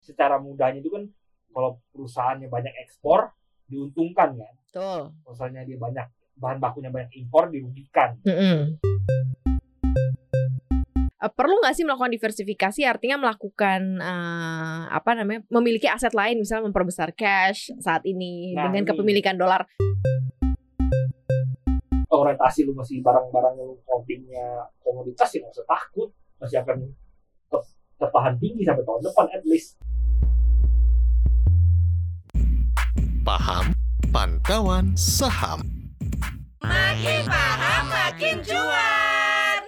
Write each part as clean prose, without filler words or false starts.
secara mudahnya itu kan kalau perusahaannya banyak ekspor diuntungkan kan. Betul. Misalnya dia banyak bahan bakunya banyak impor dirugikan. Perlu nggak sih melakukan diversifikasi? Artinya melakukan memiliki aset lain, misalnya memperbesar cash saat ini dengan kepemilikan dolar. Orientasi lu masih barang-barang lu holdingnya komoditas, ya nggak usah takut, masih akan tertahan tinggi sampai tahun depan at least. Paham Pantauan Saham. Makin paham makin cuan.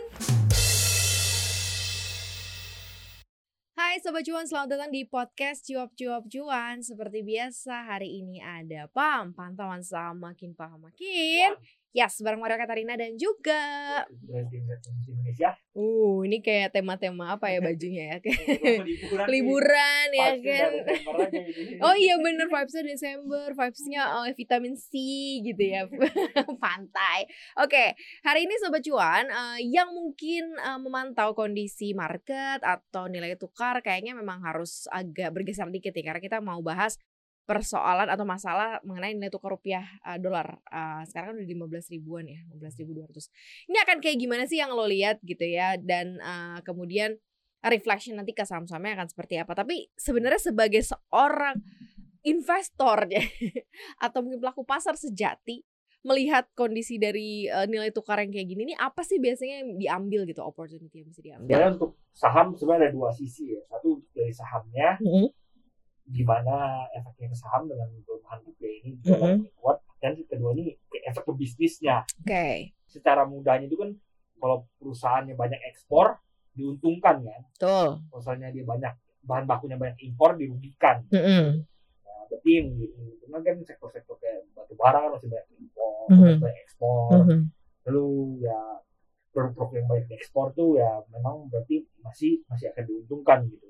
Hai Sobat Cuan, selamat datang di podcast Cuap-Cuap Cuan. Seperti biasa hari ini ada Pam, Pantauan Saham Makin Paham Makin. Yes, bareng Maria Katarina dan juga Indonesia. Ini kayak tema-tema apa ya bajunya ya? Liburan ya kan? Oh iya bener, vibesnya Desember, vibesnya vitamin C gitu ya. Pantai. Oke, hari ini Sobat Cuan yang mungkin memantau kondisi market atau nilai tukar kayaknya memang harus agak bergeser dikit ya, karena kita mau bahas persoalan atau masalah mengenai nilai tukar rupiah dolar. Sekarang kan udah di 15 ribuan ya, 15.200. Ini akan kayak gimana sih yang lo lihat gitu ya, dan kemudian reflection nanti ke saham-sahamnya akan seperti apa. Tapi sebenarnya sebagai seorang investor ya, atau mungkin pelaku pasar sejati, melihat kondisi dari nilai tukar yang kayak gini nih, apa sih biasanya yang diambil gitu, opportunity yang bisa diambil? Sebenarnya untuk saham sebenarnya ada dua sisi ya. Satu dari sahamnya, di mana efeknya ke saham dengan pelemahan rupiah ini juga kuat, dan kedua ini efek ke bisnisnya. Secara mudahnya itu kan kalau perusahaannya banyak ekspor diuntungkan kan. Betul. Misalnya dia banyak bahan bakunya banyak impor dirugikan. Nah, berarti karena kan sektor-sektor kayak batu bara kan masih banyak impor, banyak ekspor. Lalu ya produk-produk yang banyak ekspor tuh ya memang berarti masih akan diuntungkan gitu.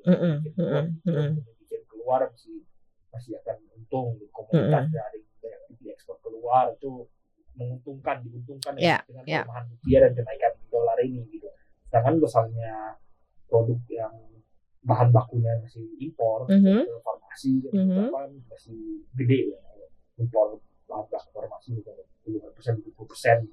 Keluar masih akan untung gitu. Komoditas dari ekspor keluar itu diuntungkan dengan pelemahan rupiah dan kenaikan dolar ini gitu. Sedangkan misalnya produk yang bahan bakunya masih impor, farmasi masih gede ya, impor bahan baku farmasi juga 20%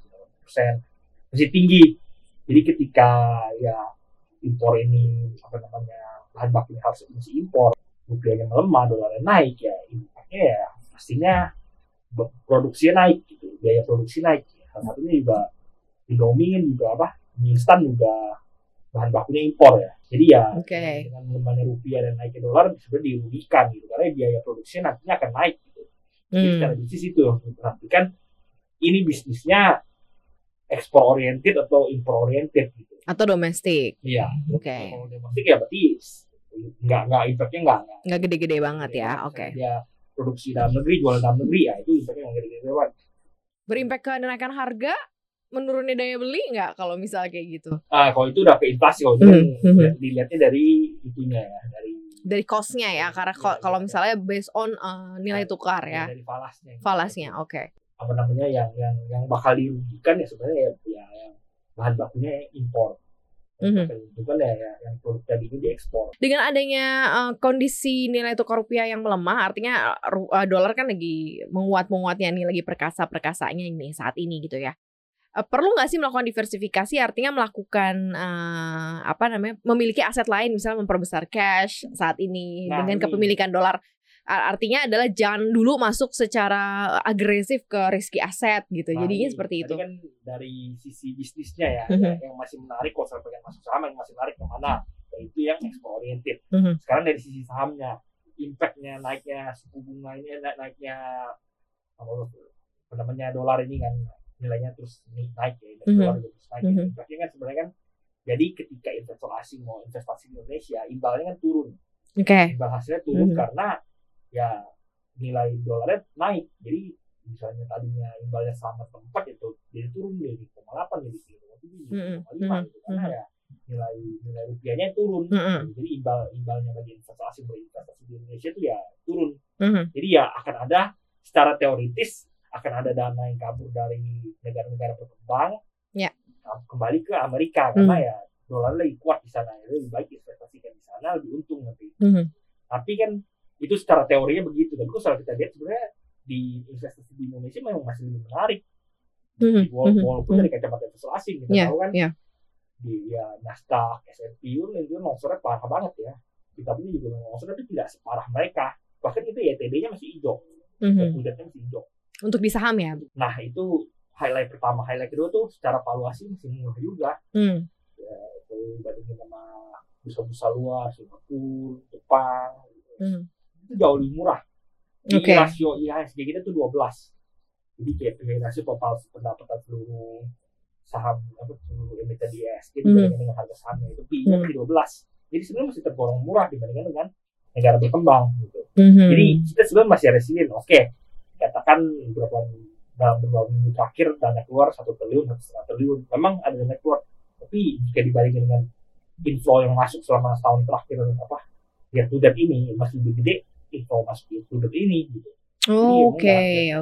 masih tinggi. Jadi ketika ya impor ini bahan bakunya harus masih impor, rupiahnya melemah, dolarnya naik, ya impactnya ya pastinya produksinya naik gitu, biaya produksi naik. Salah satunya juga Indomie juga mie instan juga bahan bakunya impor ya. Jadi ya dengan melemahnya rupiah dan naiknya dolar sebenarnya dirugikan gitu, karena biaya produksinya nantinya akan naik gitu. Jadi secara bisnis itu perhatikan, ini bisnisnya ekspor oriented atau impor oriented gitu. Atau domestik. Iya. Kalau domestik ya berarti nggak impactnya nggak gede-gede banget ya. Dia produksi dalam negeri, jual dalam negeri, ya itu impactnya nggak gede-gede banget. Berimpact ke kenaikan harga, menurunnya daya beli nggak kalau misalnya kayak gitu? Kalau itu udah ke inflasi, kalau dilihatnya dari itunya ya, dari cost-nya ya, karena kalau misalnya based on nilai tukar ya. Dari falasnya, oke. Yang bakal dirugikan ya sebenarnya ya yang bahan bakunya impor. Itu kan ya yang produk tadi ini diekspor. Dengan adanya kondisi nilai tukar rupiah yang melemah, artinya dolar kan lagi menguatnya nih, lagi perkasanya ini saat ini gitu ya. Perlu nggak sih melakukan diversifikasi? Artinya melakukan memiliki aset lain, misalnya memperbesar cash saat ini dengan kepemilikan dolar. Artinya adalah jangan dulu masuk secara agresif ke risky aset gitu. Jadinya seperti itu. Kan dari sisi bisnisnya ya, yang masih menarik kalau saya pengen masuk saham, yang masih menarik kemana? Yaitu yang ekspor oriented. Sekarang dari sisi sahamnya, impactnya naiknya suku bunga ini, naiknya dolar ini kan nilainya terus naik ya, dolar terus naik. Impactnya kan sebenarnya kan, jadi ketika investor asing mau investasi di Indonesia, imbalnya kan turun. Imbal hasilnya turun karena ya nilai dolarnya naik. Jadi misalnya tadinya imbalnya sama tempat itu jadi turun dari 0,8 jadi 0,5 gitu, karena ya nilai rupiahnya turun. Jadi imbalnya bagi investor asing berinvestasi di Indonesia itu ya turun. Jadi ya akan ada, secara teoritis akan ada dana yang kabur dari negara-negara berkembang kembali ke Amerika, karena ya dolar lebih kuat di sana, lebih baik investasikan di sana, lebih untung nanti. Tapi kan itu secara teorinya begitu. Tapi kalau kita lihat sebenarnya di investasi di Indonesia memang masih lebih menarik. Walaupun dari kacamata investor asing kita tahu kan di Nasdaq, S&P itu longsornya parah banget ya. Kita pun juga longsor tapi tidak separah mereka. Bahkan itu YTD-nya masih hijau. Kudatnya masih hijau. Untuk di saham ya. Nah, itu highlight pertama. Highlight kedua tuh secara valuasi masih murah juga. Ya, itu bandingin sama bursa-bursa luar, Singapura, Jepang. Itu jauh lebih murah. Rasio IHSG kita tuh 12. Jadi kayak rasio total pendapatan seluruh saham seluruh emiten di IHSG dibandingkan dengan harga sahamnya itu PI-nya masih 12. Jadi sebenarnya masih tergolong murah dibandingkan dengan negara berkembang gitu. Jadi kita sebenarnya masih resilient. Oke, katakan dalam beberapa minggu terakhir dana keluar 1 triliun, 1,5 triliun. Memang ada dana keluar, tapi jika dibandingkan dengan inflow yang masuk selama setahun terakhir year to date ini masih lebih gede inflow masuk year to date ini gitu. Oke.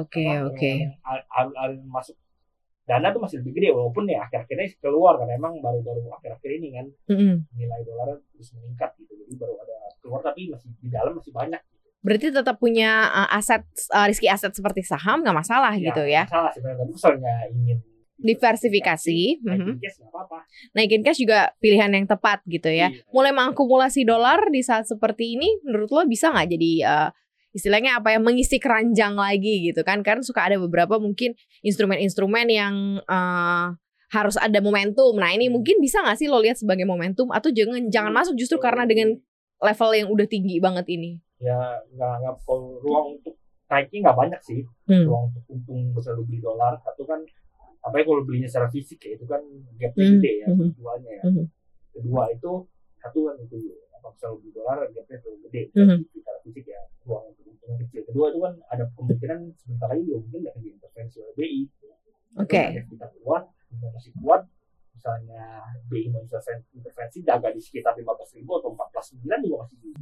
Alur masuk dana tuh masih lebih gede walaupun ya akhir-akhirnya keluar kan emang baru-baru akhir-akhir ini kan nilai dolar terus meningkat gitu. Jadi baru ada keluar tapi masih di dalam masih banyak gitu. Berarti tetap punya aset risky aset seperti saham nggak masalah gitu ya. Masalah sebenarnya misalnya ingin diversifikasi, naikin cash nggak apa-apa. Naikin cash juga pilihan yang tepat gitu ya. Mulai mengakumulasi dolar di saat seperti ini, menurut lo bisa nggak jadi istilahnya mengisi keranjang lagi gitu kan? Karena suka ada beberapa mungkin instrumen-instrumen yang harus ada momentum. Nah ini mungkin bisa nggak sih lo lihat sebagai momentum atau jangan masuk justru karena dengan level yang udah tinggi banget ini? Ya nggak ruang untuk naiknya nggak banyak sih. Ruang untuk untung bisa lo beli dolar satu kan. Apalagi kalau belinya secara fisik ya itu kan gapnya gede ya keduanya ya. Kedua itu satu kan itu bisa beli dolar gapnya terlalu gede secara fisik ya ruang untuk untung kecil. Kedua itu kan ada kemungkinan sebentar lagi mungkin akan diintervensi oleh BI. Kita keluar masih kuat misalnya BI mau intervensi jaga di sekitar 15.000 atau 14.900 juga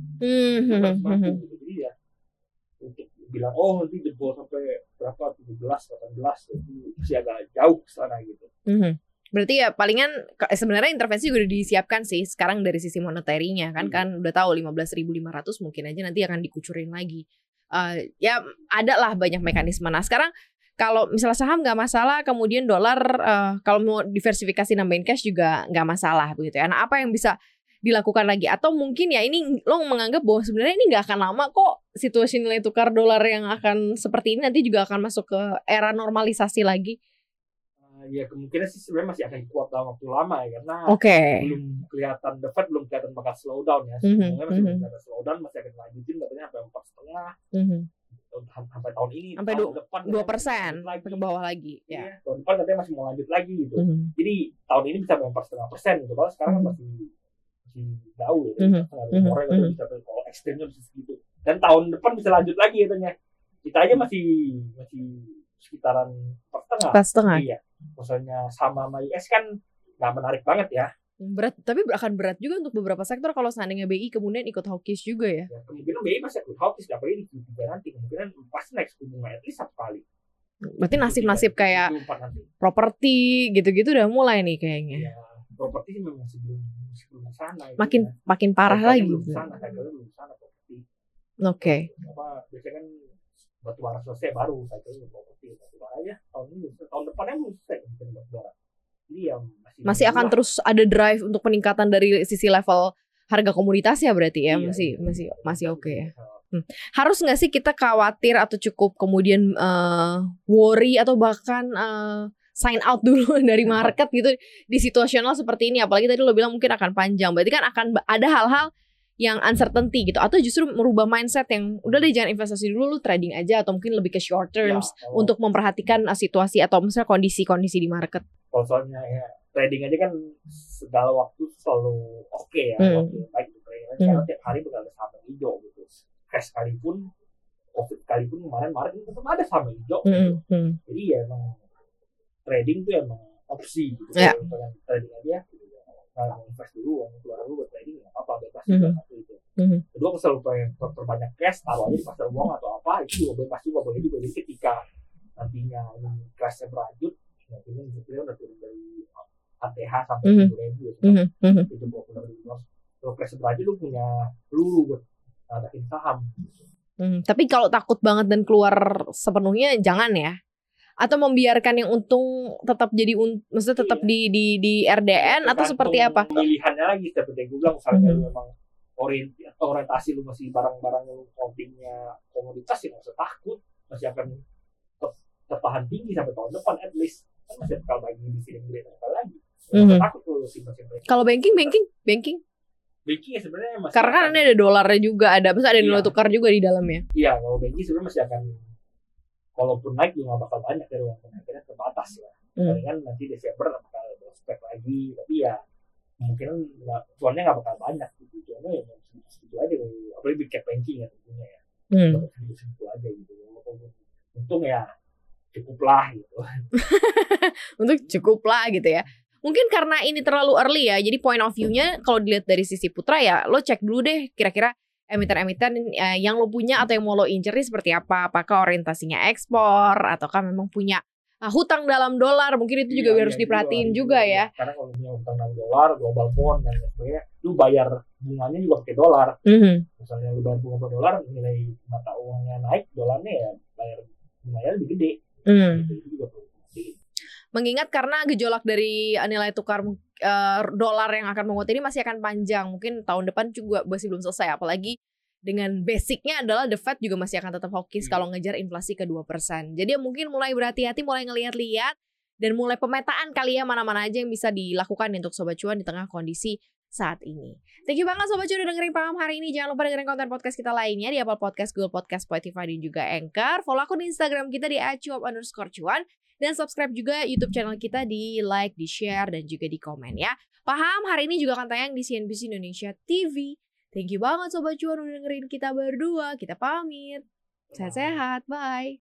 masih jadi ya untuk bilang nanti jebol sampai berapa 17, 18 itu masih agak jauh ke sana gitu. Berarti ya palingan sebenarnya intervensi udah disiapkan sih sekarang dari sisi moneterinya kan udah tahu 15.500 mungkin aja nanti akan dikucurin lagi. Ya ada lah banyak mekanisme. Nah sekarang kalau misalnya saham nggak masalah, kemudian dolar kalau mau diversifikasi nambahin cash juga nggak masalah begitu ya. Nah apa yang bisa dilakukan lagi atau mungkin ya ini lo menganggap bahwa sebenarnya ini nggak akan lama kok situasi nilai tukar dolar yang akan seperti ini nanti juga akan masuk ke era normalisasi lagi? Ya kemungkinan sih sebenarnya masih akan kuat dalam waktu lama ya karena belum kelihatan The Fed belum kelihatan bakal slow down ya. Sebenarnya masih belum kelihatan slow down, masih akan lanjutin katanya sampai 4,5 sampai tahun ini sampai tahun depan 2% ke bawah lagi ya. Tahun depan katanya masih mau lanjut lagi gitu. Jadi tahun ini bisa sampai 4,5% gitu. Kalau sekarang kan masih jauh ya. Orang bisa kalau ekstrimnya bisa segitu. Dan tahun depan bisa lanjut lagi katanya. Kita aja masih sekitaran 4,5. Iya. Maksudnya sama US kan nggak menarik banget ya. Berat, tapi akan berat juga untuk beberapa sektor kalau seandainya BI kemudian ikut hawkish juga ya. Kemungkinan BI pasti ikut hawkish, apalagi di Q3 nanti kemungkinan pasti naik suku bunga at least 1 kali. Berarti nasib-nasib kayak properti gitu-gitu udah mulai nih kayaknya. Ya, properti sih memang sebelum sana. Makin parah lagi. Belum sana properti. Oke. Biasanya kan batu bara selesai baru properti batu bara ya tahun depannya belum selesai batu bara. Jadi ya masih akan terus ada drive untuk peningkatan dari sisi level harga komoditas ya berarti ya. Masih oke ya. Harus nggak sih kita khawatir atau cukup kemudian worry atau bahkan sign out dulu dari market gitu di situasional seperti ini, apalagi tadi lo bilang mungkin akan panjang, berarti kan akan ada hal-hal yang uncertainty gitu, atau justru merubah mindset yang udah deh jangan investasi dulu, lu trading aja atau mungkin lebih ke short terms untuk memperhatikan situasi atau misalnya kondisi di market. Kalau soalnya ya trading aja kan segala waktu selalu oke ya, baik gitu karena tiap hari bakal ada saham hijau gitu. Cash sekalipun, COVID sekalipun kemarin Maret itu tetap ada saham hijau. Jadi ya emang trading tuh emang opsi gitu. Kalau misalnya trading aja kalau invest dulu, keluar dulu buat trading nggak apa-apa, bebas juga satu itu. Kedua kalau selalu pengen perbanyak cash, taruh aja di pasar uang atau apa, itu juga bebas juga, boleh juga. Jadi ketika nantinya cashnya berlanjut, nantinya udah turun dari ATH sampai 7.000 itu 20.000. Kalau cash berlanjut lu punya peluru buat ngadain saham. Tapi kalau takut banget dan keluar sepenuhnya jangan ya. Atau membiarkan yang untung tetap jadi maksudnya tetap di RDN atau seperti apa? Pilihannya lagi seperti yang gue bilang, misalnya lu memang orientasi lu masih barang-barang lu holdingnya komoditas, ya nggak usah takut, masih akan tertahan tinggi sampai tahun depan at least, kan masih bakal bagi dividen gede lagi. Nggak usah takut lu simpan-simpan. Kalau banking ya sebenarnya masih karena kan ini ada dolarnya juga, maksudnya ada nilai tukar juga di dalamnya. Iya, kalau banking sebenarnya masih akan, kalaupun naik juga nggak bakal banyak ya, ruang kenaikannya terbatas ya. Palingan nanti Desember bakal prospek lagi, tapi ya mungkin cuannya nggak bakal banyak gitu. Cuannya ya segitu aja, apalagi big cap banking ya tentunya ya. Segitu aja gitu. Untung ya cukuplah gitu. Untuk cukuplah gitu ya. Mungkin karena ini terlalu early ya, jadi point of view-nya kalau dilihat dari sisi Putra ya, lo cek dulu deh kira-kira emiten-emiten yang lo punya atau yang mau lo incer seperti apa. Apakah orientasinya ekspor ataukah memang punya hutang dalam dolar, mungkin itu juga harus diperhatiin juga ya. Karena kalau punya hutang dalam dolar, global bond dan sebagainya, lu bayar bunganya juga pakai dolar. Misalnya lu bayar bunga dolar, nilai mata uangnya naik, dolarnya ya bayar bunganya lebih gede. Itu juga perlu diperhatiin. Mengingat karena gejolak dari nilai tukar dolar yang akan menguat ini masih akan panjang, mungkin tahun depan juga masih belum selesai, apalagi dengan basicnya adalah the Fed juga masih akan tetap hawkish kalau ngejar inflasi ke 2%. Jadi mungkin mulai berhati-hati, mulai ngelihat-lihat, dan mulai pemetaan kali ya mana-mana aja yang bisa dilakukan untuk Sobat Cuan di tengah kondisi saat ini. Thank you banget Sobat Cuan udah dengerin Paham hari ini. Jangan lupa dengerin konten podcast kita lainnya di Apple Podcast, Google Podcast, Spotify, dan juga Anchor. Follow akun Instagram kita di @cuap_cuan. Dan subscribe juga YouTube channel kita, di like, di share, dan juga di komen ya. Paham hari ini juga akan tayang di CNBC Indonesia TV. Thank you banget Sobat Cuan udah dengerin kita berdua. Kita pamit. Sehat-sehat. Bye.